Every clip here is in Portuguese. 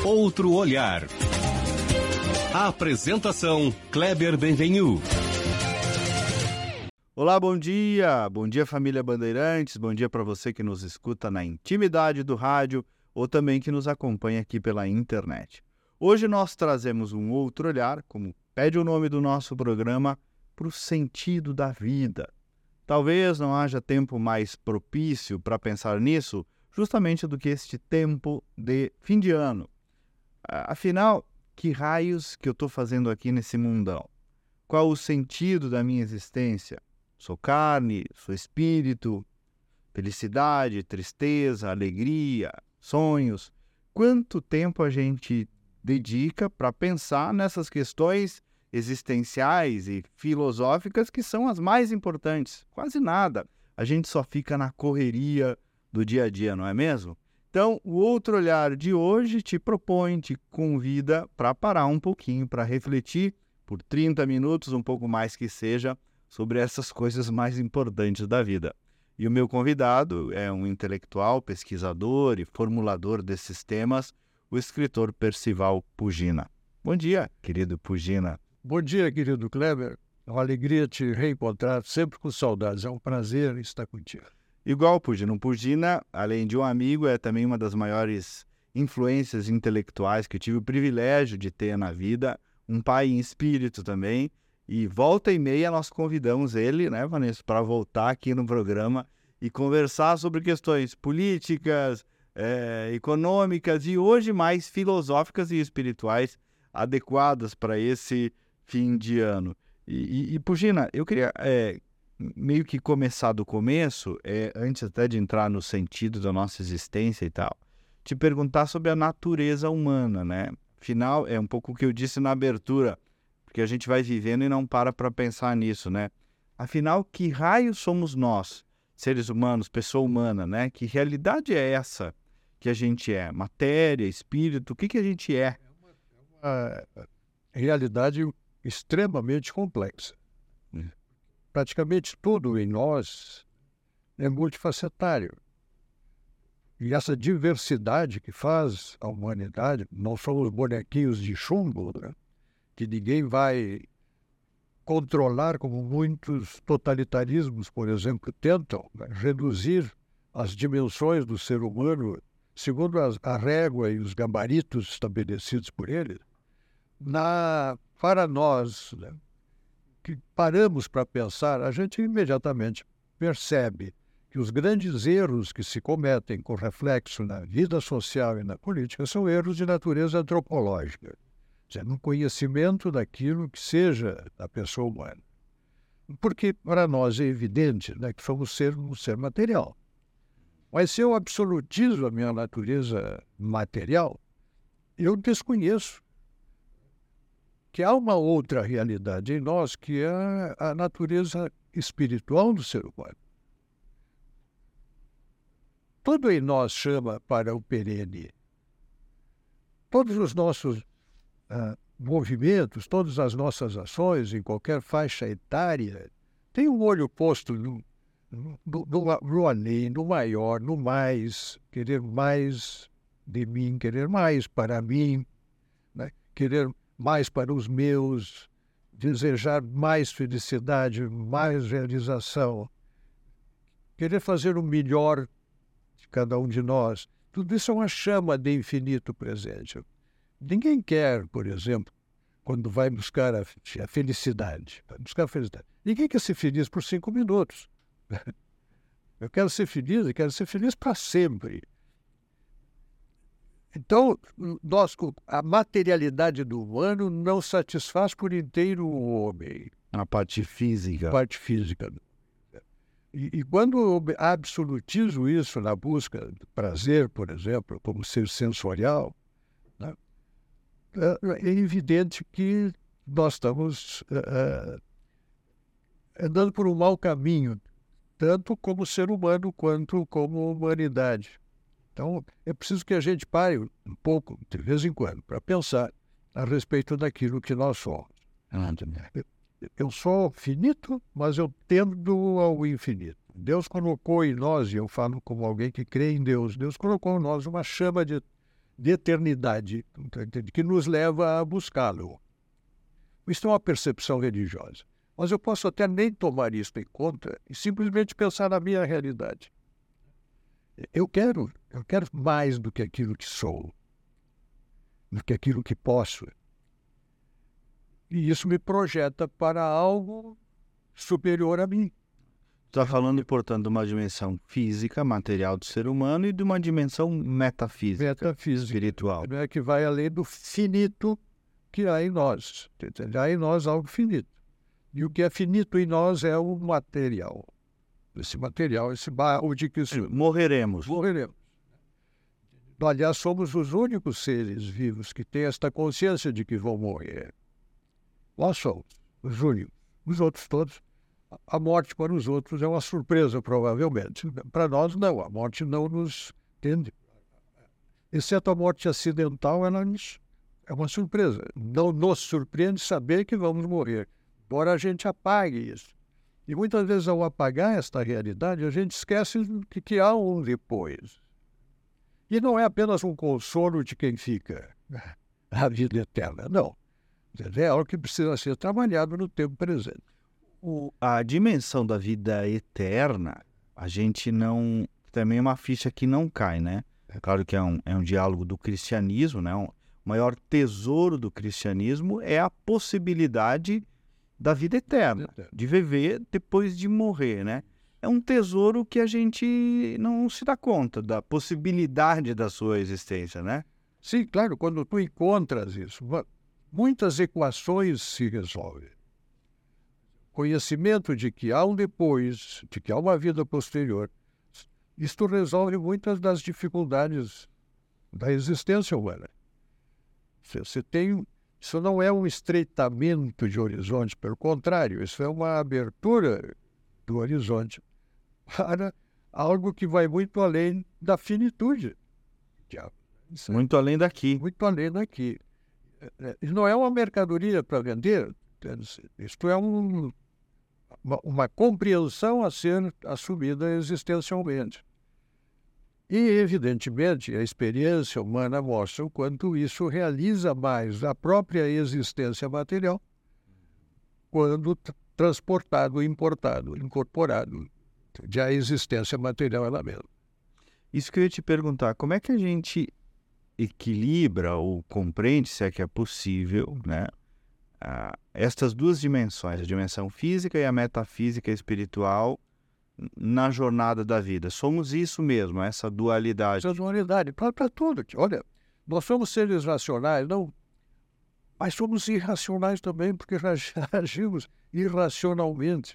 Outro olhar. A apresentação, Kleber Benvenu. Olá, bom dia! Bom dia, família Bandeirantes. Bom dia para você que nos escuta na intimidade do rádio ou também que nos acompanha aqui pela internet. Hoje nós trazemos um outro olhar, como pede o nome do nosso programa, para o sentido da vida. Talvez não haja tempo mais propício para pensar nisso, justamente do que este tempo de fim de ano. Afinal, que raios que eu estou fazendo aqui nesse mundão? Qual o sentido da minha existência? Sou carne, sou espírito, felicidade, tristeza, alegria, sonhos. Quanto tempo a gente dedica para pensar nessas questões existenciais e filosóficas que são as mais importantes? Quase nada. A gente só fica na correria do dia a dia, não é mesmo? Então, o outro olhar de hoje te propõe, te convida para parar um pouquinho, para refletir por 30 minutos, um pouco mais que seja, sobre essas coisas mais importantes da vida. E o meu convidado é um intelectual, pesquisador e formulador desses temas, o escritor Percival Pugina. Bom dia, querido Pugina. Bom dia, querido Kleber. É uma alegria te reencontrar, sempre com saudades. É um prazer estar contigo. Igual Pugina. O Pugina, além de um amigo, é também uma das maiores influências intelectuais que eu tive o privilégio de ter na vida, um pai em espírito também. E volta e meia nós convidamos ele, né, Vanessa, para voltar aqui no programa e conversar sobre questões políticas, econômicas e hoje mais filosóficas e espirituais adequadas para esse fim de ano. E Pugina, eu queria meio que começar do começo, antes até de entrar no sentido da nossa existência e tal, te perguntar sobre a natureza humana, né? Afinal, é um pouco o que eu disse na abertura, porque a gente vai vivendo e não para pensar nisso, né? Afinal, que raio somos nós, seres humanos, pessoa humana, né? Que realidade é essa que a gente é? Matéria, espírito, o que a gente é? É uma realidade extremamente complexa. Praticamente tudo em nós é multifacetário. E essa diversidade que faz a humanidade, não somos bonequinhos de chumbo, né? Que ninguém vai controlar, como muitos totalitarismos, por exemplo, tentam, né, reduzir as dimensões do ser humano segundo a régua e os gabaritos estabelecidos por ele. Para nós, né, que paramos para pensar, a gente imediatamente percebe que os grandes erros que se cometem com reflexo na vida social e na política são erros de natureza antropológica. No conhecimento daquilo que seja da pessoa humana. Porque para nós é evidente, né, que somos um ser material. Mas se eu absolutizo a minha natureza material, eu desconheço que há uma outra realidade em nós, que é a natureza espiritual do ser humano. Tudo em nós chama para o perene. Todos os nossos movimentos, todas as nossas ações, em qualquer faixa etária, tem um olho posto no além, no maior, no mais, querer mais de mim, querer mais para mim, né? Querer mais para os meus, desejar mais felicidade, mais realização, querer fazer o melhor de cada um de nós. Tudo isso é uma chama de infinito presente. Ninguém quer, por exemplo, quando vai buscar a felicidade, ninguém quer ser feliz por 5 minutos. Eu quero ser feliz e quero ser feliz para sempre. Então, a materialidade do humano não satisfaz por inteiro o homem. A parte física. E quando eu absolutizo isso na busca do prazer, por exemplo, como ser sensorial, né, é evidente que nós estamos andando por um mau caminho, tanto como ser humano quanto como humanidade. Então, é preciso que a gente pare um pouco, de vez em quando, para pensar a respeito daquilo que nós somos. Eu sou finito, mas eu tendo ao infinito. Deus colocou em nós, e eu falo como alguém que crê em Deus, Deus colocou em nós uma chama de de eternidade que nos leva a buscá-lo. Isso é uma percepção religiosa. Mas eu posso até nem tomar isso em conta e simplesmente pensar na minha realidade. Eu quero mais do que aquilo que sou, do que aquilo que posso. E isso me projeta para algo superior a mim. Está falando, portanto, de uma dimensão física, material do ser humano e de uma dimensão metafísica, espiritual. Que vai além do finito que há em nós. Há em nós algo finito. E o que é finito em nós é o material. Esse material, esse barro de que... Morreremos. Aliás, somos os únicos seres vivos que têm esta consciência de que vão morrer. Nós somos os únicos. Os outros todos, a morte para os outros é uma surpresa, provavelmente. Para nós, não. A morte não nos tende. Exceto a morte acidental, ela é uma surpresa. Não nos surpreende saber que vamos morrer, embora a gente apague isso. E muitas vezes, ao apagar esta realidade, a gente esquece que há um depois. E não é apenas um consolo de quem fica a vida eterna, não. É algo que precisa ser trabalhado no tempo presente. A dimensão da vida eterna, a gente não... Também é uma ficha que não cai, né? É claro que é um diálogo do cristianismo, né? O maior tesouro do cristianismo é a possibilidade da vida eterna, de viver depois de morrer, né? É um tesouro que a gente não se dá conta da possibilidade da sua existência, né? Sim, claro, quando tu encontras isso, muitas equações se resolvem. Conhecimento de que há um depois, de que há uma vida posterior, isto resolve muitas das dificuldades da existência humana. Isso não é um estreitamento de horizonte, pelo contrário, isso é uma abertura do horizonte para algo que vai muito além da finitude. Muito além daqui. Muito além daqui. Isso não é uma mercadoria para vender, isto é uma compreensão a ser assumida existencialmente. E, evidentemente, a experiência humana mostra o quanto isso realiza mais a própria existência material quando transportado, importado, incorporado à existência material ela mesma. Isso que eu ia te perguntar, como é que a gente equilibra ou compreende, se é que é possível, né, estas duas dimensões, a dimensão física e a metafísica espiritual, na jornada da vida? Somos isso mesmo, essa dualidade. Essa dualidade, para tudo. Olha, nós somos seres racionais, não, mas somos irracionais também, porque agimos irracionalmente.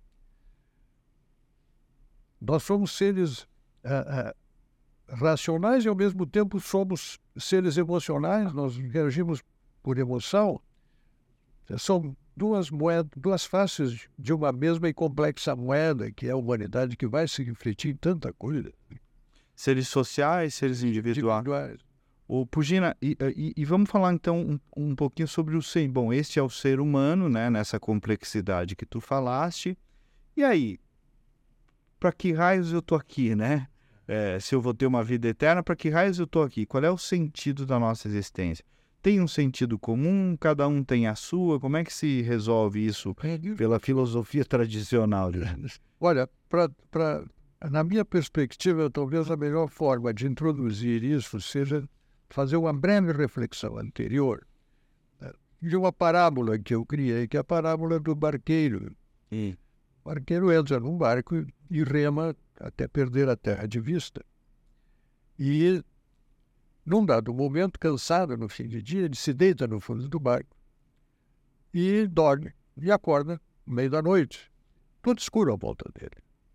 Nós somos seres racionais e, ao mesmo tempo, somos seres emocionais, nós reagimos por emoção. São duas faces de uma mesma e complexa moeda, que é a humanidade, que vai se refletir em tanta coisa. Seres sociais, seres individuais. Pugina, e vamos falar então um pouquinho sobre o ser. Bom, este é o ser humano, né, nessa complexidade que tu falaste. E aí, para que raios eu estou aqui, né? Se eu vou ter uma vida eterna, para que raios eu estou aqui? Qual é o sentido da nossa existência? Tem um sentido comum? Cada um tem a sua? Como é que se resolve isso pela filosofia tradicional? Olha, na minha perspectiva, talvez a melhor forma de introduzir isso seja fazer uma breve reflexão anterior de uma parábola que eu criei, que é a parábola do barqueiro. O barqueiro entra num barco e rema até perder a terra de vista. E, num dado momento, cansado no fim de dia, ele se deita no fundo do barco e dorme. E acorda no meio da noite, tudo escuro à volta dele.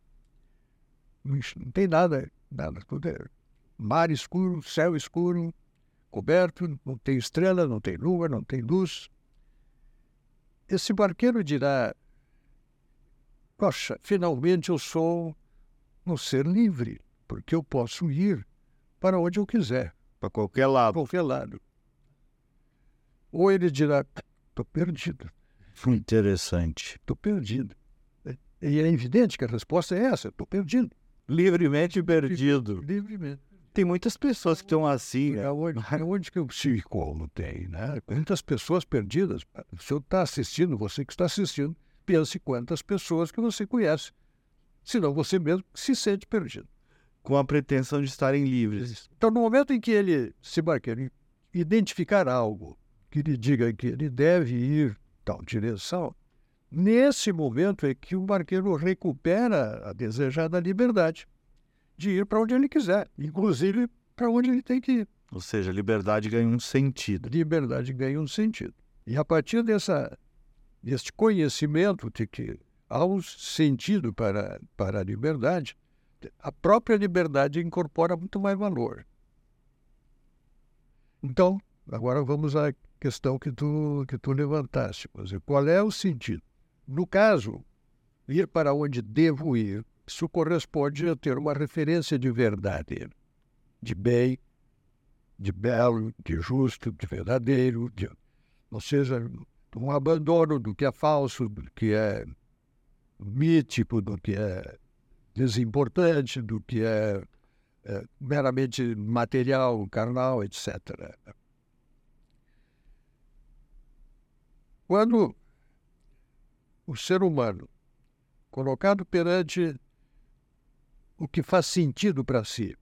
Não tem nada, tudo é mar escuro, céu escuro, coberto, não tem estrela, não tem lua, não tem luz. Esse barqueiro dirá: poxa, finalmente eu sou um ser livre, porque eu posso ir para onde eu quiser. Para qualquer lado. Qualquer lado. Ou ele dirá: estou perdido. Interessante. Estou perdido. E é evidente que a resposta é essa: estou perdido. Livremente perdido. Livremente. Tem muitas pessoas que estão assim, né? Onde que o psicólogo tem, né? Quantas pessoas perdidas. O senhor está assistindo, você que está assistindo, pense quantas pessoas que você conhece. Senão você mesmo se sente perdido. Com a pretensão de estarem livres. Então, no momento em que ele se marcar, identificar algo que lhe diga que ele deve ir tal direção, nesse momento é que o barqueiro recupera a desejada liberdade de ir para onde ele quiser, inclusive para onde ele tem que ir. Ou seja, a liberdade ganha um sentido. Liberdade ganha um sentido. E a partir deste conhecimento de que há um sentido para a liberdade, a própria liberdade incorpora muito mais valor. Então, agora vamos à questão que tu levantaste. Qual é o sentido? No caso, ir para onde devo ir, isso corresponde a ter uma referência de verdade, de bem, de belo, de justo, de verdadeiro, ou seja, um abandono do que é falso, do que é mítico, do que é desimportante, do que é meramente material, carnal, etc. Quando o ser humano, colocado perante o que faz sentido para si,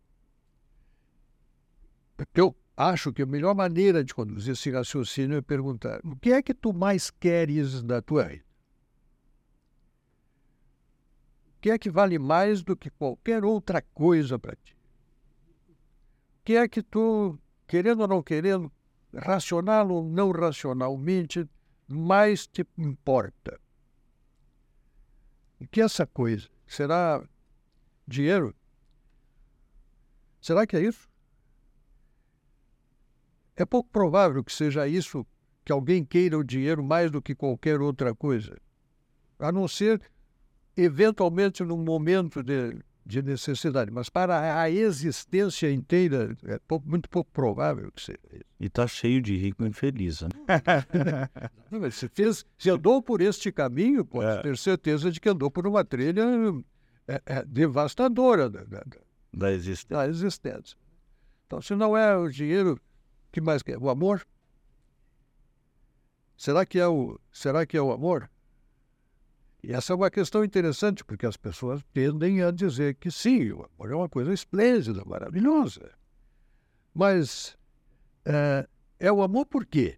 eu acho que a melhor maneira de conduzir esse raciocínio é perguntar: o que é que tu mais queres da tua vida? O que é que vale mais do que qualquer outra coisa para ti? O que é que tu, querendo ou não querendo, racional ou não racionalmente, mais te importa? O que é essa coisa? Será dinheiro? Será que é isso? É pouco provável que seja isso, que alguém queira o dinheiro mais do que qualquer outra coisa. A não ser, eventualmente, num momento de necessidade. Mas para a existência inteira, é muito pouco provável que seja isso. E está cheio de rico infeliz, né? Se andou por este caminho, pode ter certeza de que andou por uma trilha devastadora Da existência. Então, se não é o dinheiro, o que mais quer? O amor? Será que é o amor? E essa é uma questão interessante, porque as pessoas tendem a dizer que sim, o amor é uma coisa esplêndida, maravilhosa. Mas é o amor por quê?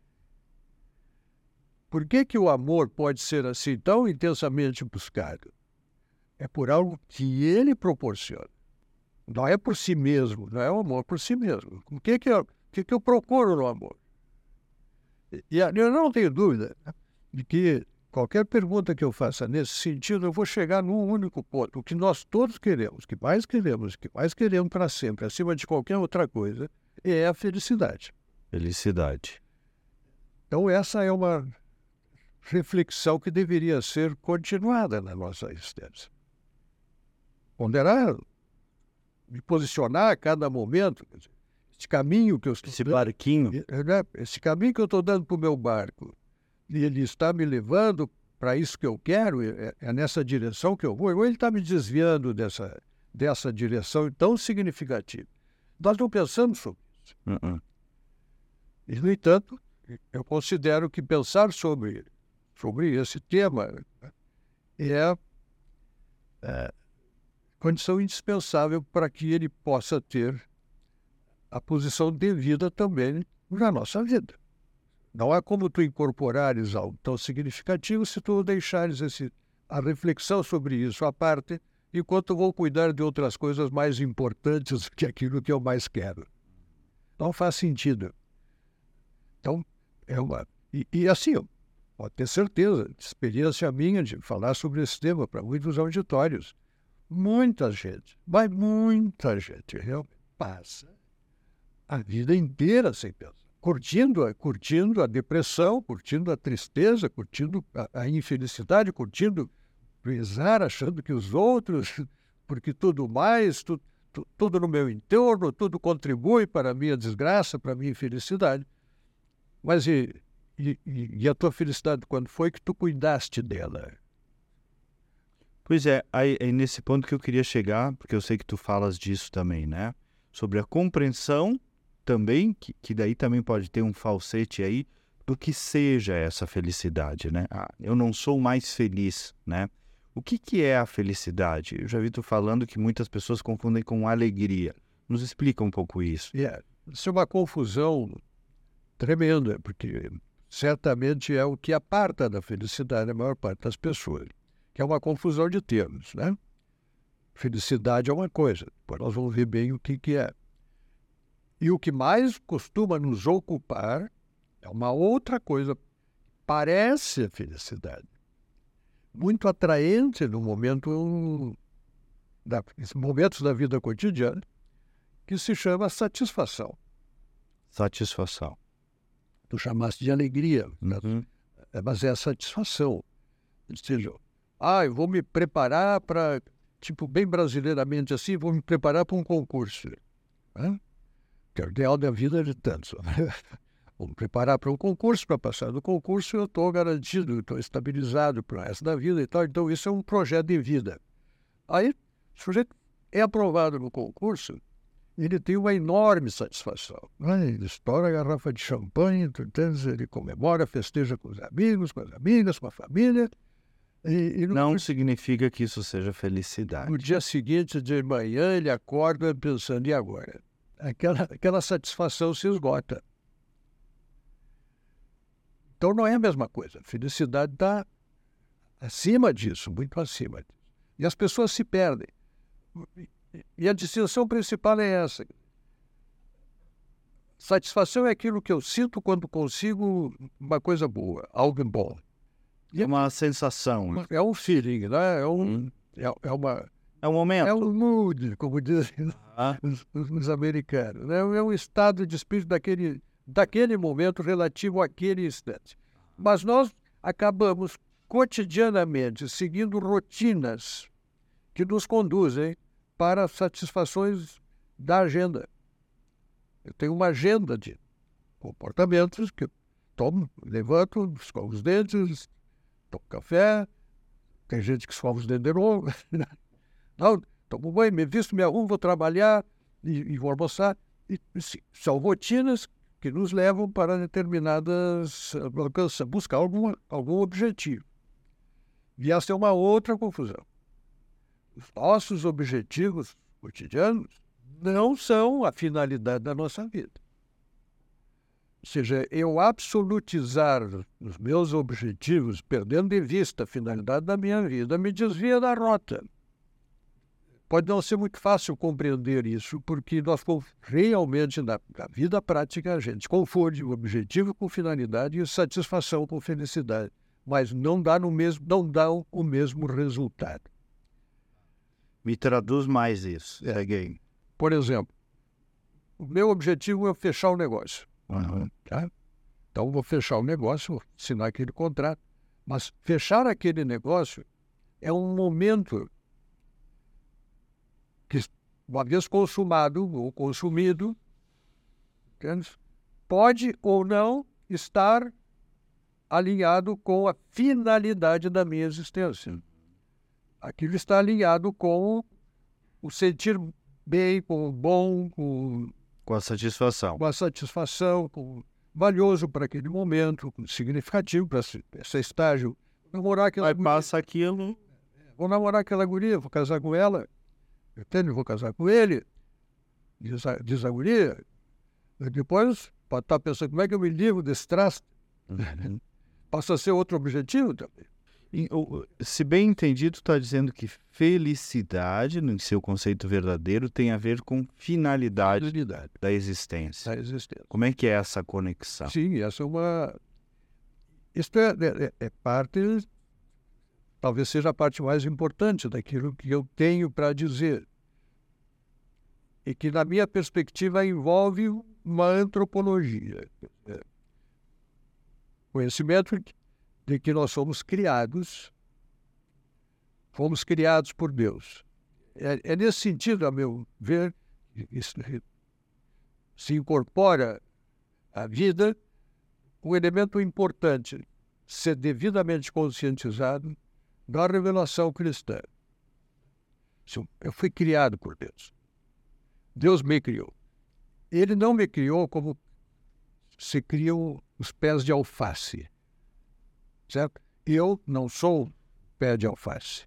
Por que o amor pode ser assim tão intensamente buscado? É por algo que ele proporciona. Não é por si mesmo, não é o amor por si mesmo. O que eu procuro no amor? E eu não tenho dúvida de que qualquer pergunta que eu faça nesse sentido, eu vou chegar num único ponto. O que nós todos queremos, que mais queremos para sempre, acima de qualquer outra coisa, é a felicidade. Felicidade. Então essa é uma reflexão que deveria ser continuada na nossa existência. Ponderar, me posicionar a cada momento, esse caminho que eu estou Esse barquinho. Esse caminho que eu estou dando para o meu barco, e ele está me levando para isso que eu quero, é nessa direção que eu vou, ou ele está me desviando dessa direção tão significativa. Nós não pensamos sobre isso. E, no entanto, eu considero que pensar sobre esse tema é condição indispensável para que ele possa ter a posição devida também na nossa vida. Não há como tu incorporares algo tão significativo se tu deixares a reflexão sobre isso à parte, enquanto eu vou cuidar de outras coisas mais importantes do que aquilo que eu mais quero. Não faz sentido. Então, E assim, pode ter certeza, experiência minha de falar sobre esse tema para muitos auditórios. Muita gente, mas muita gente realmente passa a vida inteira sem pensar. Curtindo a depressão, curtindo a tristeza, curtindo a infelicidade, curtindo rezar, achando que os outros, porque tudo mais, tudo no meu entorno, tudo contribui para a minha desgraça, para a minha infelicidade. Mas e a tua felicidade, quando foi que tu cuidaste dela? Pois é, aí nesse ponto que eu queria chegar, porque eu sei que tu falas disso também, né? sobre a compreensão também, que daí também pode ter um falsete aí, do que seja essa felicidade, né? Eu não sou mais feliz, né? O que é a felicidade? Eu já vi tu falando que muitas pessoas confundem com alegria. Nos explica um pouco isso. Isso é uma confusão tremenda, porque certamente é o que aparta da felicidade a maior parte das pessoas, que é uma confusão de termos, né? Felicidade é uma coisa, depois nós vamos ver bem o que é. E o que mais costuma nos ocupar é uma outra coisa, parece a felicidade. Muito atraente no momentos da vida cotidiana, que se chama satisfação. Satisfação. Tu chamaste de alegria, né? Mas é a satisfação. Ou seja, eu vou me preparar para, bem brasileiramente assim, vou me preparar para um concurso. Né? Que é o ideal da vida de tantos. Vou me preparar para um concurso, para passar no concurso, eu estou garantido, estou estabilizado para o resto da vida e tal. Então, isso é um projeto de vida. Aí, o sujeito é aprovado no concurso, ele tem uma enorme satisfação. Ele estoura a garrafa de champanhe, ele comemora, festeja com os amigos, com as amigas, com a família. Não significa que isso seja felicidade. No dia seguinte, de manhã, ele acorda pensando, e agora? Aquela satisfação se esgota. Então não é a mesma coisa. A felicidade está acima disso, muito acima disso. E as pessoas se perdem. E a distinção principal é essa. Satisfação é aquilo que eu sinto quando consigo uma coisa boa, algo bom. É uma sensação. É um feeling, né? É um momento. É um mood, como dizem os americanos. Né? É um estado de espírito daquele momento relativo àquele instante. Mas nós acabamos cotidianamente seguindo rotinas que nos conduzem para satisfações da agenda. Eu tenho uma agenda de comportamentos que eu tomo, levanto, escovo os dentes, tomo café, tem gente que escova os dentes de novo. Não, tomo banho, me visto, me arrumo, vou trabalhar e vou almoçar. São rotinas que nos levam para determinadas... buscar algum objetivo. E essa é uma outra confusão. Os nossos objetivos cotidianos não são a finalidade da nossa vida. Ou seja, eu absolutizar os meus objetivos, perdendo de vista a finalidade da minha vida, me desvia da rota. Pode não ser muito fácil compreender isso, porque nós realmente, na vida prática, a gente confunde o objetivo com finalidade e satisfação com felicidade, mas não dá o mesmo resultado. Me traduz mais isso. Por exemplo, o meu objetivo é fechar o negócio. Tá? Então, vou fechar o negócio, vou assinar aquele contrato. Mas fechar aquele negócio é um momento que, uma vez consumado ou consumido, pode ou não estar alinhado com a finalidade da minha existência. Aquilo está alinhado com o sentir bem, com o bom, com a satisfação. Com a satisfação, valioso para aquele momento, significativo para esse estágio. Namorar aquela guria. Passa aquilo. Vou namorar aquela guria, vou casar com ela. Vou casar com ele. Diz a guria. Depois pode estar pensando, como é que eu me livro desse traste? Passa a ser outro objetivo também. Se bem entendido, está dizendo que felicidade, no seu conceito verdadeiro, tem a ver com finalidade da existência. Como é que é essa conexão? Sim, essa é uma... Isto é parte, talvez seja a parte mais importante daquilo que eu tenho para dizer. E que, na minha perspectiva, envolve uma antropologia. Conhecimento de que nós fomos criados por Deus. É nesse sentido, a meu ver, isso se incorpora à vida um elemento importante, ser devidamente conscientizado da revelação cristã. Eu fui criado por Deus. Deus me criou. Ele não me criou como se criam os pés de alface, certo? Eu não sou pé de alface.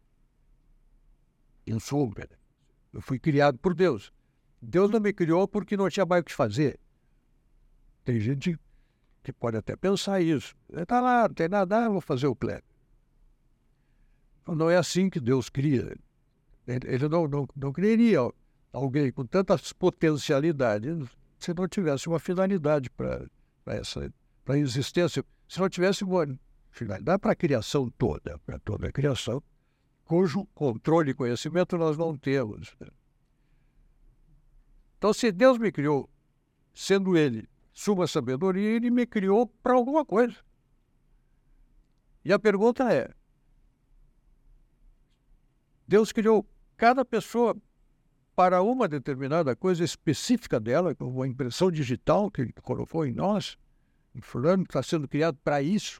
Eu sou um pé. Eu fui criado por Deus. Deus não me criou porque não tinha mais o que fazer. Tem gente que pode até pensar isso. Está lá, não tem nada, vou fazer o Kleber. Não é assim que Deus cria. Ele não criaria alguém com tantas potencialidades se não tivesse uma finalidade para a existência. Se não tivesse uma finalidade para a criação toda, para toda a criação, cujo controle e conhecimento nós não temos. Então, se Deus me criou, sendo Ele suma sabedoria, Ele me criou para alguma coisa. E a pergunta é, Deus criou cada pessoa para uma determinada coisa específica dela, como uma impressão digital que Ele colocou em nós, o fulano está sendo criado para isso.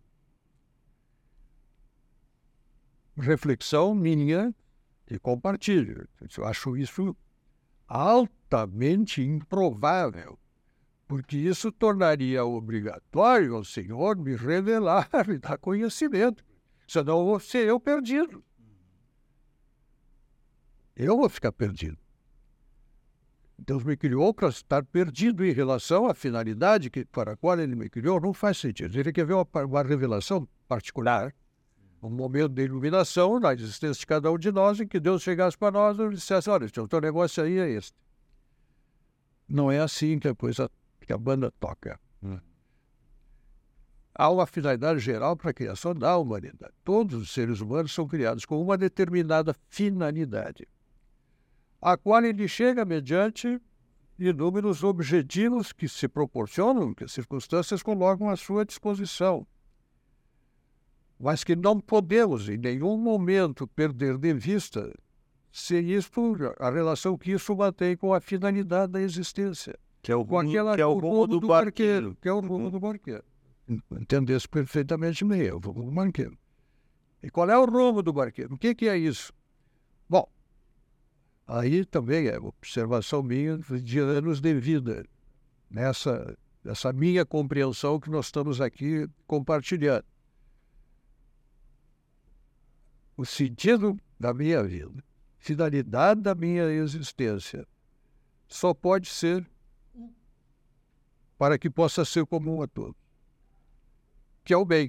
Reflexão minha e compartilho. Eu acho isso altamente improvável, porque isso tornaria obrigatório ao Senhor me revelar, me dar conhecimento. Senão eu vou ser eu perdido. Eu vou ficar perdido. Deus me criou para estar perdido em relação à finalidade para a qual Ele me criou. Não faz sentido. Ele quer ver uma revelação particular, um momento de iluminação na existência de cada um de nós, em que Deus chegasse para nós e dissesse, olha, o teu negócio aí é este. Não é assim que a banda toca. Há uma finalidade geral para a criação da humanidade. Todos os seres humanos são criados com uma determinada finalidade, a qual ele chega mediante inúmeros objetivos que se proporcionam, que as circunstâncias colocam à sua disposição. Mas que não podemos, em nenhum momento, perder de vista a relação que isso mantém com a finalidade da existência. Que é o rumo do barqueiro. Que é o rumo do barqueiro. Entendesse perfeitamente bem, é o rumo do barqueiro. E qual é o rumo do barqueiro? O que é isso? Bom, aí também é observação minha de anos de vida, nessa minha compreensão que nós estamos aqui compartilhando. O sentido da minha vida, finalidade da minha existência, só pode ser para que possa ser comum a todos, que é o bem.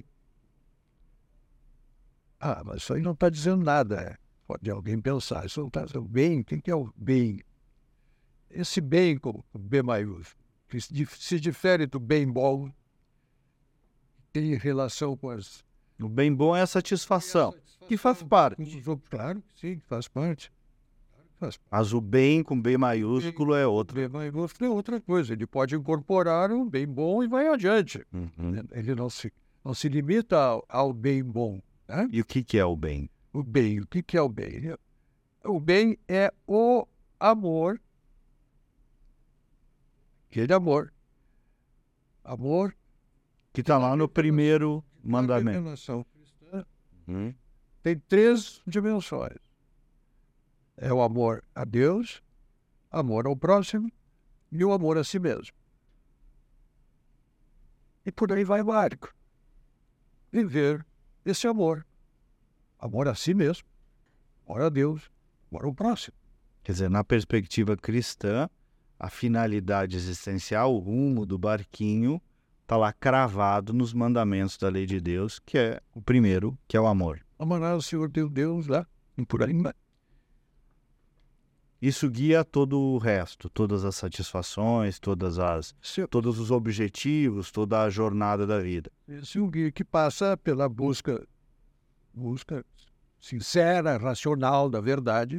Ah, mas isso aí não está dizendo nada. Pode alguém pensar, isso não está dizendo bem, o que é o bem? Esse bem com B maiúsculo, que se difere do bem bom, tem relação com as... O bem bom é a satisfação, que faz parte. Claro que sim, faz parte. Mas o bem com B maiúsculo é outro. B maiúsculo é outra coisa. Ele pode incorporar um bem bom e vai adiante. Ele não se limita ao bem bom. Né? E o que é o bem? O bem, o que é o bem? O bem é o amor. Aquele amor. Amor que está lá no primeiro mandamento. A revelação cristã tem 3 dimensões. É o amor a Deus, amor ao próximo e o amor a si mesmo. E por aí vai o barco. Viver esse amor. Amor a si mesmo, amor a Deus, amor ao próximo. Quer dizer, na perspectiva cristã, a finalidade existencial, o rumo do barquinho, está lá cravado nos mandamentos da lei de Deus, que é o primeiro, que é o amor. Amarás o Senhor teu Deus lá, e por aí vai. Isso guia todo o resto, todas as satisfações, todos os objetivos, toda a jornada da vida. Esse é um guia que passa pela busca sincera, racional da verdade,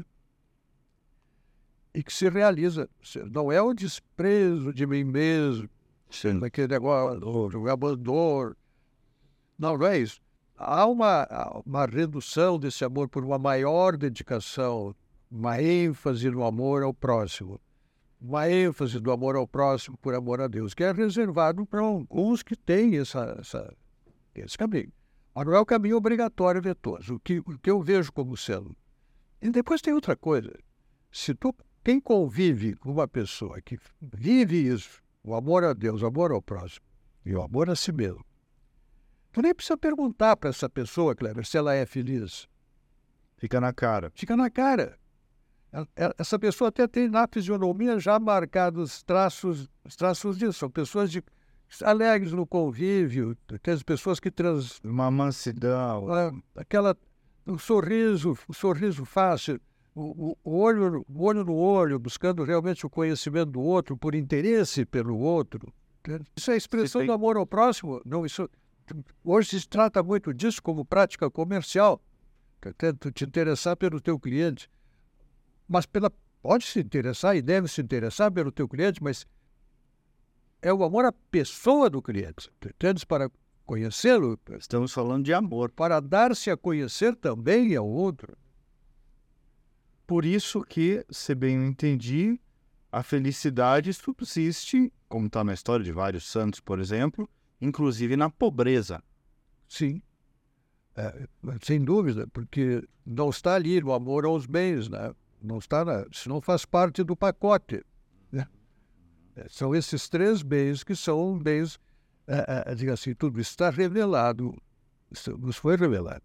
e que se realiza. Não é o desprezo de mim mesmo, aquele negócio, o abandono. Não é isso. Há uma redução desse amor por uma maior dedicação, uma ênfase no amor ao próximo, uma ênfase do amor ao próximo por amor a Deus, que é reservado para alguns que têm esse caminho. Mas não é o caminho obrigatório de todos, o que eu vejo como sendo. E depois tem outra coisa. Se tu quem convive com uma pessoa que vive isso, o amor a Deus, o amor ao próximo e o amor a si mesmo, tu nem precisa perguntar para essa pessoa, Kleber, se ela é feliz. Fica na cara. Fica na cara. Essa pessoa até tem na fisionomia já marcados os traços disso. São pessoas alegres no convívio, tem as pessoas que Uma mansidão. o sorriso fácil, o olho no olho, buscando realmente o conhecimento do outro, por interesse pelo outro. Isso é a expressão do amor ao próximo. Não, hoje se trata muito disso como prática comercial. Tu te interessar pelo teu cliente. Mas pode se interessar e deve se interessar pelo teu cliente, mas é o amor à pessoa do cliente. Tu entendes? Para conhecê-lo. Estamos falando de amor. Para dar-se a conhecer também ao outro. Por isso que, se bem eu entendi, a felicidade subsiste, como está na história de vários santos, por exemplo, inclusive na pobreza. Sim. Sem dúvida, porque não está ali no amor aos bens, né? Não está, isso não faz parte do pacote, né? São esses 3 bens que são bens, diga assim, tudo está revelado, isso nos foi revelado.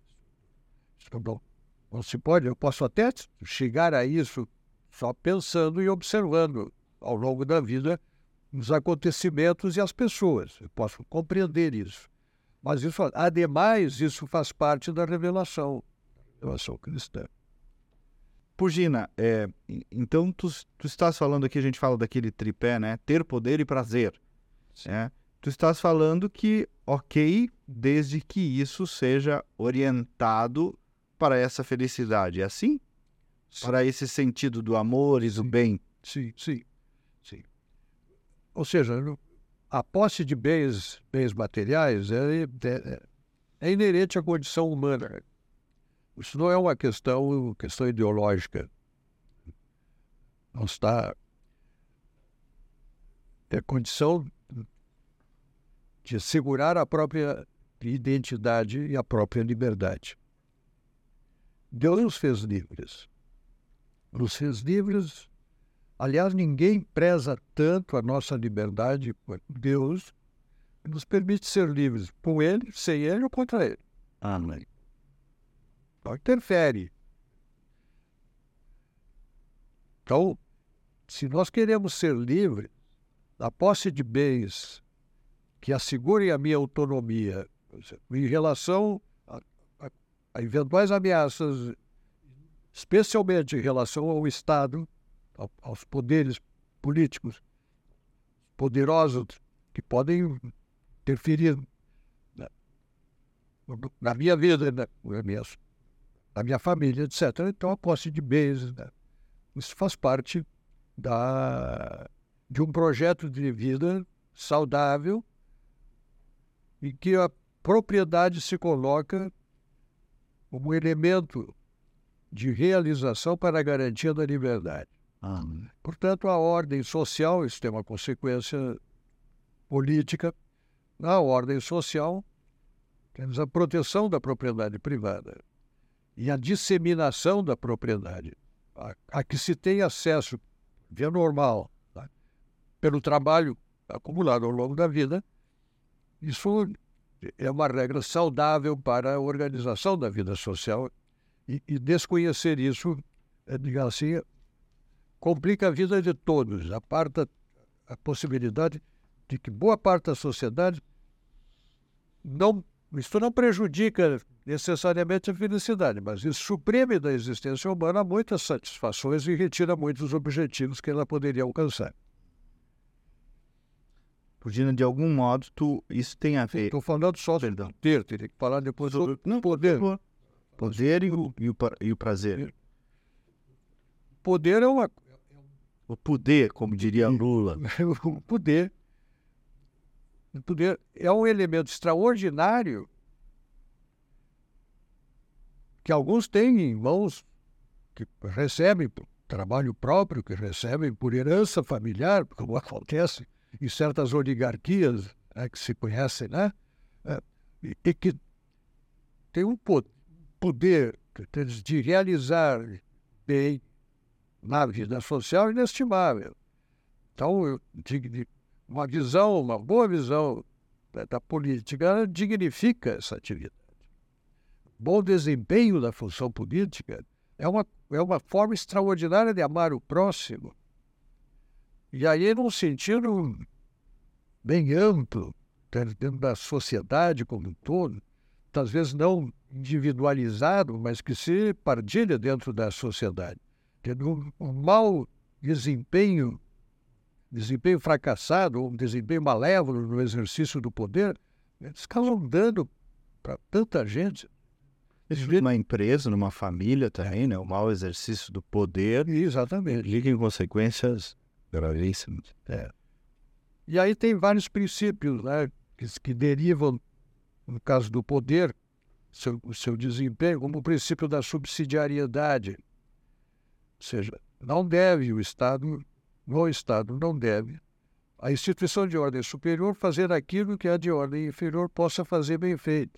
Não se pode, eu posso até chegar a isso só pensando e observando ao longo da vida os acontecimentos e as pessoas. Eu posso compreender isso. Mas isso, ademais, isso faz parte da revelação cristã. Pugina, então tu estás falando aqui, a gente fala daquele tripé, né? Ter poder e prazer. Né? Tu estás falando que, ok, desde que isso seja orientado para essa felicidade. É assim? Sim. Para esse sentido do amor e do bem. Sim. Ou seja, a posse de bens materiais é inerente à condição humana. Isso não é uma questão ideológica. Não está... É condição de assegurar a própria identidade e a própria liberdade. Deus nos fez livres. Aliás, ninguém preza tanto a nossa liberdade quanto Deus, que nos permite ser livres com Ele, sem Ele ou contra Ele. Amém. Não interfere. Então, se nós queremos ser livres, a posse de bens que assegurem a minha autonomia em relação a eventuais ameaças, especialmente em relação ao Estado, aos poderes políticos poderosos que podem interferir na minha vida, na minha família, etc. Então, a posse de bens, isso faz parte de um projeto de vida saudável em que a propriedade se coloca como elemento de realização para a garantia da liberdade. Portanto, a ordem social, isso tem uma consequência política. Na ordem social, temos a proteção da propriedade privada e a disseminação da propriedade, a que se tem acesso via normal, tá? Pelo trabalho acumulado ao longo da vida. Isso é uma regra saudável para a organização da vida social e desconhecer isso, digamos assim, complica a vida de todos. Aparta a possibilidade de que boa parte da sociedade isso não prejudica necessariamente a felicidade, mas isso suprime da existência humana muitas satisfações e retira muitos objetivos que ela poderia alcançar. Pugina, de algum modo, isso tem a ver... Estou falando só do ter, teria que falar depois do poder. Poder e o prazer. Poder é uma... O poder, como diria Lula. O poder é um elemento extraordinário que alguns têm em mãos, que recebem por trabalho próprio, que recebem por herança familiar, como acontece em certas oligarquias, que se conhecem, né? E que tem um poder de realizar bem na vida social inestimável. Então, uma boa visão da política, ela dignifica essa atividade. Bom desempenho da função política é uma forma extraordinária de amar o próximo. E aí, num sentido bem amplo, dentro da sociedade como um todo, às vezes não individualizado, mas que se partilha dentro da sociedade. Tendo um mau desempenho fracassado, ou um desempenho malévolo no exercício do poder, eles causam dano para tanta gente. Numa empresa, numa família também, né? O mau exercício do poder Exatamente. implica em consequências gravíssimas. E aí tem vários princípios, né, que derivam, no caso do poder, o seu desempenho, como o princípio da subsidiariedade. Ou seja, o Estado não deve, a instituição de ordem superior, fazer aquilo que a de ordem inferior possa fazer bem feito.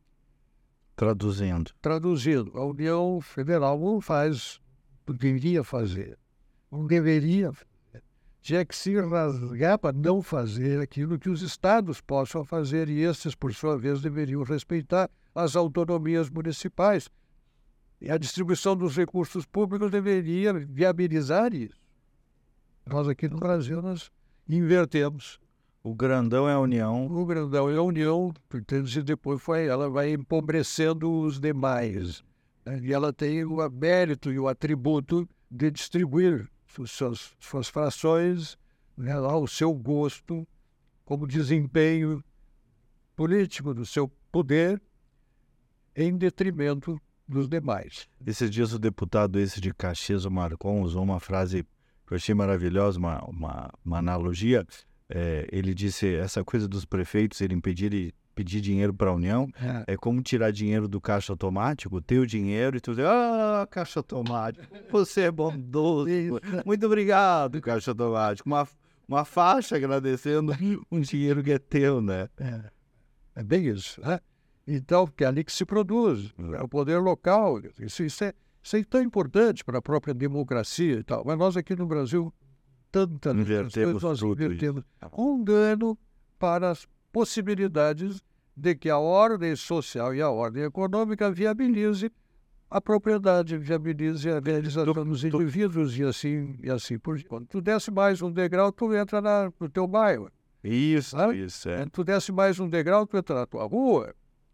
Traduzindo, a União Federal não faz o que deveria fazer. Não deveria. Tinha que se rasgar para não fazer aquilo que os estados possam fazer, e esses, por sua vez, deveriam respeitar as autonomias municipais. E a distribuição dos recursos públicos deveria viabilizar isso. Nós aqui no Brasil, nós invertemos. o grandão é a União. O grandão é a União, e depois ela vai empobrecendo os demais. Né? E ela tem o mérito e o atributo de distribuir suas frações, né, ao seu gosto, como desempenho político do seu poder, em detrimento dos demais. Esses dias o deputado de Caxias, o Marcon, usou uma frase que eu achei maravilhosa, uma analogia. Ele disse, essa coisa dos prefeitos irem pedir dinheiro para a União é como tirar dinheiro do caixa automático, ter o dinheiro e tu dizer, caixa automático, você é bondoso, muito obrigado, caixa automático. Uma faixa agradecendo um dinheiro que é teu, né? É bem isso, né? Então, porque é ali que se produz, é o poder local, isso é tão importante para a própria democracia e tal, mas nós aqui no Brasil, Invertemos com dano para as possibilidades de que a ordem social e a ordem econômica viabilize a propriedade, viabilize a realização dos indivíduos e assim por diante. Quando tu desce mais um degrau, tu entra no teu bairro. Isso. Quando tu desce mais um degrau, tu entra na tua rua.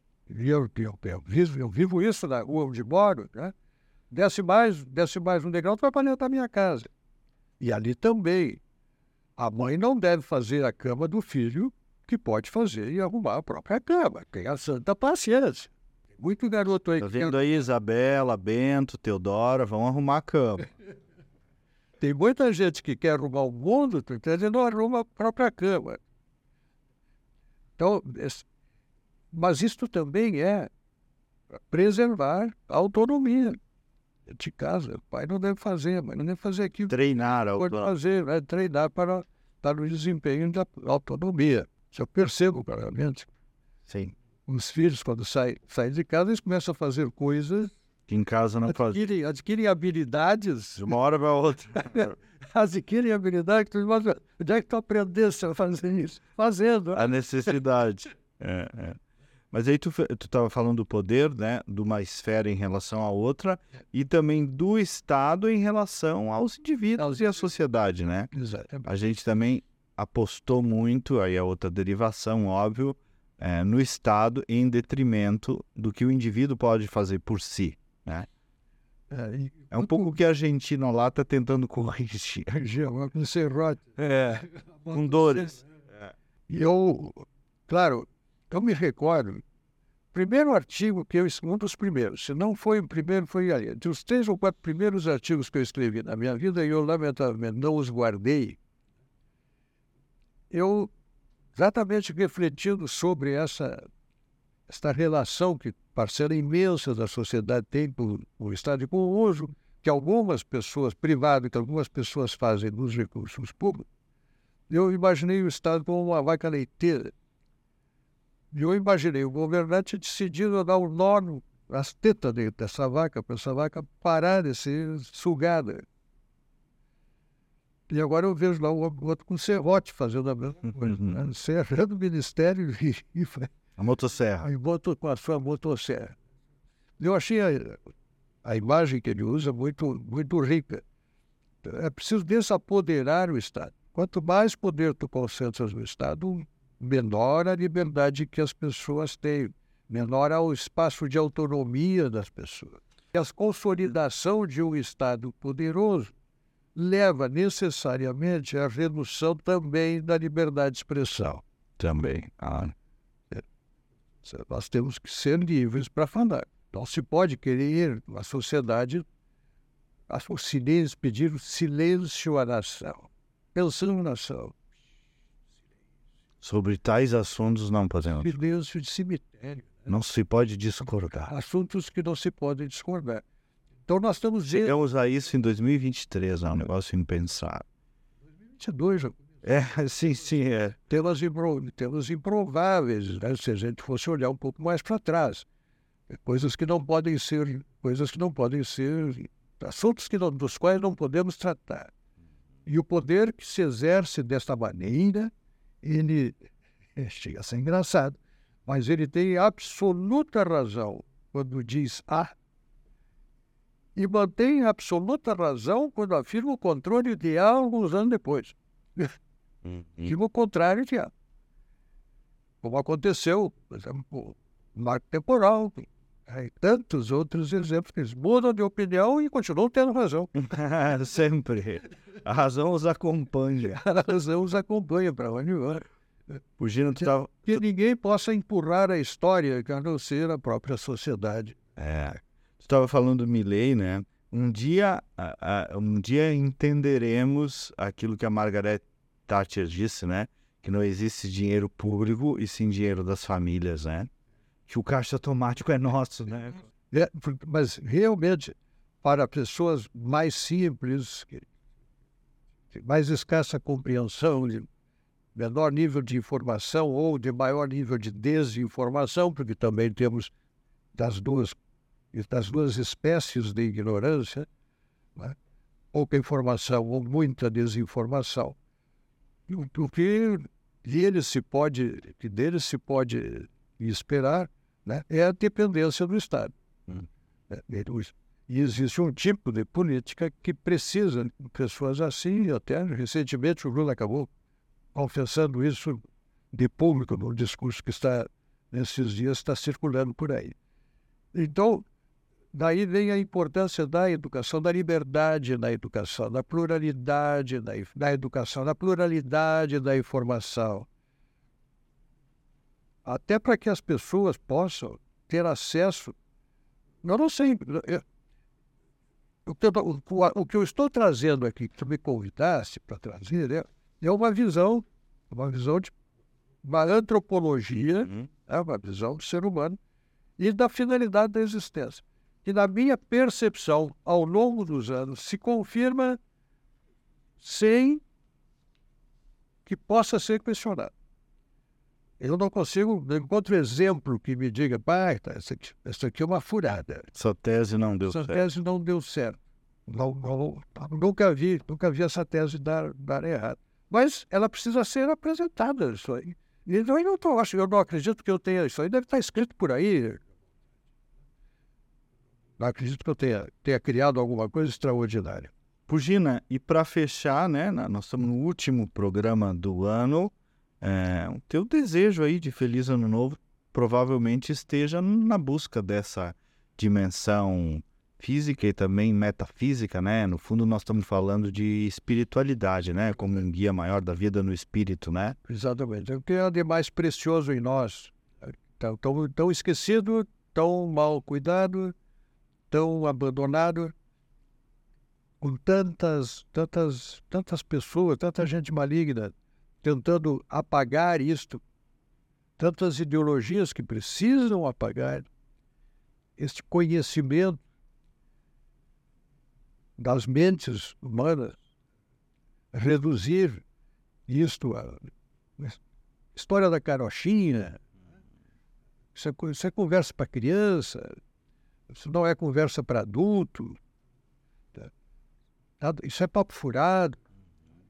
Eu vivo isso na rua onde moro, né? Desce mais um degrau, tu vai para dentro da minha casa. E ali também, a mãe não deve fazer a cama do filho, que pode fazer e arrumar a própria cama. Tenha santa paciência. Tem muito garoto aí Tá vendo aí, Isabela, Bento, Teodora, vão arrumar a cama. Tem muita gente que quer arrumar o mundo, tu entende? Não arruma a própria cama. Então, mas isto também é preservar a autonomia de casa. O pai não deve fazer, a mãe não deve fazer aquilo. Treinar a Pode fazer, treinar para estar no desempenho da autonomia. Isso eu percebo claramente. Sim. Os filhos, quando saem de casa, eles começam a fazer coisas Que em casa não faz. adquirem habilidades. De uma hora para outra. Adquirem habilidades. Onde é que tu aprendeste a fazer isso? Fazendo. A necessidade. Mas aí tu estava falando do poder, né? De uma esfera em relação à outra e também do Estado em relação aos indivíduos e à sociedade, né? Exatamente. A gente também apostou muito, aí é outra derivação, óbvio, no Estado em detrimento do que o indivíduo pode fazer por si, né? É um pouco o que a Argentina lá está tentando corrigir. Com serrote. Com dores. E claro, eu me recordo, primeiro artigo um dos primeiros, se não foi o primeiro, foi ali. Entre os 3 ou 4 primeiros artigos que eu escrevi na minha vida, e eu lamentavelmente não os guardei, eu exatamente refletindo sobre esta relação que parcela imensa da sociedade tem com o Estado e com o uso que algumas pessoas, privado, que algumas pessoas fazem dos recursos públicos, eu imaginei o Estado como uma vaca leiteira. E eu imaginei o governante decidindo a dar um nó nas tetas dessa vaca, para essa vaca parar de ser sugada. E agora eu vejo lá o outro com serrote fazendo a mesma coisa, né? Serrando o ministério e A motosserra. com a sua motosserra. Eu achei a imagem que ele usa muito, muito rica. É preciso desapoderar o Estado. Quanto mais poder tu concentras no Estado, menor a liberdade que as pessoas têm, menor o espaço de autonomia das pessoas. E a consolidação de um Estado poderoso leva necessariamente à redução também da liberdade de expressão. Também. Nós temos que ser livres para falar. Não se pode querer a sociedade, o silêncio, pedir o silêncio à nação. Pensando na nação. Sobre tais assuntos não podemos. Silêncio de cemitério. Não se pode discordar. Assuntos que não se podem discordar. Então nós estamos... Chegamos a isso em 2023, é um negócio impensável. 2022 já. Sim, é. Temas improváveis, né? Se a gente fosse olhar um pouco mais para trás. Coisas que não podem ser, assuntos dos quais não podemos tratar. E o poder que se exerce desta maneira, ele chega a ser engraçado, mas ele tem absoluta razão quando diz A, e mantém absoluta razão quando afirma o controle de A alguns anos depois. Afirma o contrário de A. Como aconteceu, por exemplo, o marco temporal, e tantos outros exemplos que eles mudam de opinião e continuam tendo razão. Sempre. A razão os acompanha. A razão os acompanha para onde vai. Fugindo, Que ninguém possa empurrar a história, a não ser a própria sociedade. Tu estava falando do Milley, né? Um dia entenderemos aquilo que a Margaret Thatcher disse, né? Que não existe dinheiro público e sim dinheiro das famílias, né? Que o caixa automático é nosso, né? Mas realmente, para pessoas mais simples, mais escassa compreensão, de menor nível de informação ou de maior nível de desinformação, porque também temos das duas espécies de ignorância, né? Pouca informação ou muita desinformação. O que deles se pode esperar, né, é a dependência do Estado. E existe um tipo de política que precisa de pessoas assim. Até recentemente o Lula acabou confessando isso de público no discurso que nesses dias está circulando por aí. Então, daí vem a importância da educação, da liberdade na educação, da pluralidade na educação, da pluralidade da informação. Até para que as pessoas possam ter acesso. Eu não sei. O que eu estou trazendo aqui, que tu me convidasse para trazer, é uma visão de uma antropologia, uma visão do ser humano e da finalidade da existência. Que, na minha percepção, ao longo dos anos, se confirma sem que possa ser questionado. Eu não encontro exemplo que me diga, essa aqui é uma furada. Essa tese não deu certo. Essa tese não deu certo. Nunca vi essa tese dar errado. Mas ela precisa ser apresentada, isso aí. Então, eu não acredito que eu tenha isso aí, deve estar escrito por aí. Não acredito que eu tenha criado alguma coisa extraordinária. Pugina, e para fechar, né, nós estamos no último programa do ano, o teu desejo aí de Feliz Ano Novo provavelmente esteja na busca dessa dimensão física e também metafísica, né? No fundo nós estamos falando de espiritualidade, né? Como um guia maior da vida no espírito, né? Exatamente. É o que há de mais precioso em nós. Tão esquecido, tão mal cuidado, tão abandonado, com tantas pessoas, tanta gente maligna tentando apagar isto, tantas ideologias que precisam apagar este conhecimento das mentes humanas, reduzir isto à história da carochinha. Isso é conversa para criança, isso não é conversa para adulto, isso é papo furado.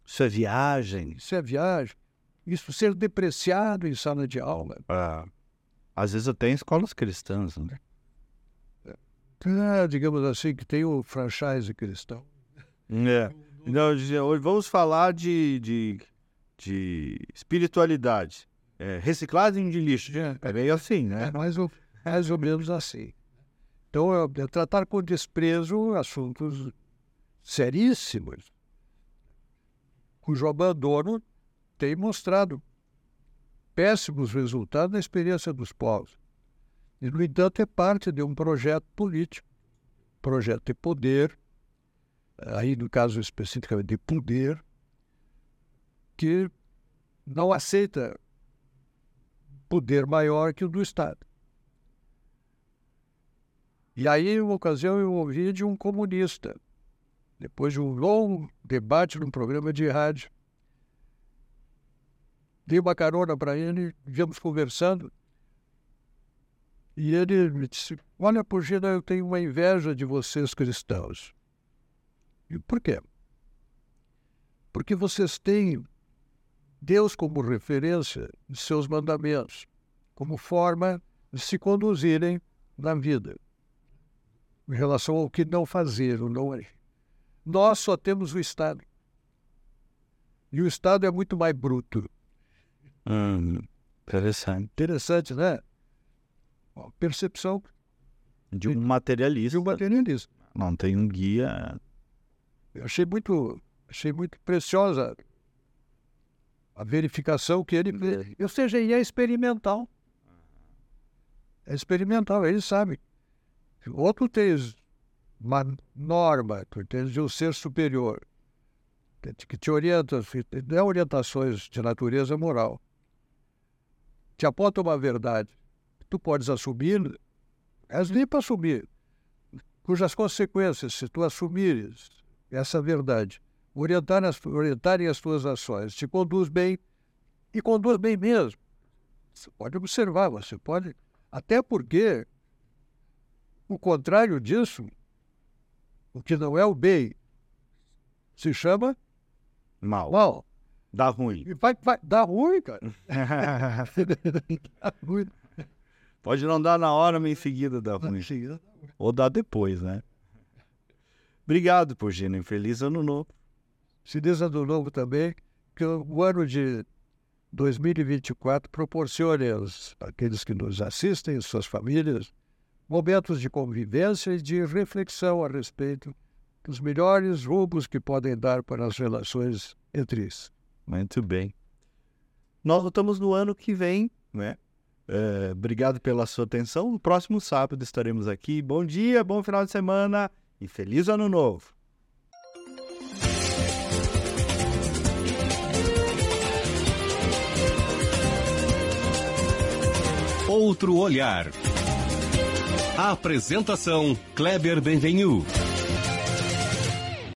Isso é viagem. Isso é viagem. Isso ser depreciado em sala de aula. Às vezes até em escolas cristãs, né? Digamos assim, que tem o franchise cristão. Não, hoje vamos falar de espiritualidade. Reciclagem de lixo. É meio assim, né? Mais ou menos assim. Então, é tratar com desprezo assuntos seríssimos, cujo abandono tem mostrado péssimos resultados na experiência dos povos. E, no entanto, é parte de um projeto político, projeto de poder, aí no caso especificamente de poder, que não aceita poder maior que o do Estado. E aí, em uma ocasião, eu ouvi de um comunista, depois de um longo debate num programa de rádio, dei uma carona para ele, viemos conversando, e ele me disse: olha, Pugina, eu tenho uma inveja de vocês cristãos. E por quê? Porque vocês têm Deus como referência de seus mandamentos, como forma de se conduzirem na vida, em relação ao que não fazer ou não é. Nós só temos o Estado. E o Estado é muito mais bruto. Interessante. Interessante, né? Uma percepção de um materialista. Não tem um guia. Eu achei muito preciosa a verificação que ele fez. Ou seja, e é experimental. É experimental, ele sabe. Ou tu tens uma norma, tu tens de um ser superior, que te orienta, dá orientações de natureza moral, te aponta uma verdade, tu podes assumir, és livre para assumir, cujas consequências, se tu assumires essa verdade, orientarem as tuas ações, te conduz bem, e conduz bem mesmo. Você pode observar, você pode, até porque o contrário disso, o que não é o bem, se chama mal. Dá ruim. Vai dar ruim, cara. Dá ruim. Pode não dar na hora, mas em seguida dá ruim. Ou dá depois, né? Obrigado, Pugina. Feliz Ano Novo. Feliz Ano Novo também. Que o ano de 2024 proporcione àqueles que nos assistem, suas famílias, momentos de convivência e de reflexão a respeito dos melhores rumos que podem dar para as relações entre si. Muito bem. Nós voltamos no ano que vem, né? Obrigado pela sua atenção. No próximo sábado estaremos aqui. Bom dia, bom final de semana e feliz Ano Novo. Outro olhar. A apresentação Kleber Benvenu.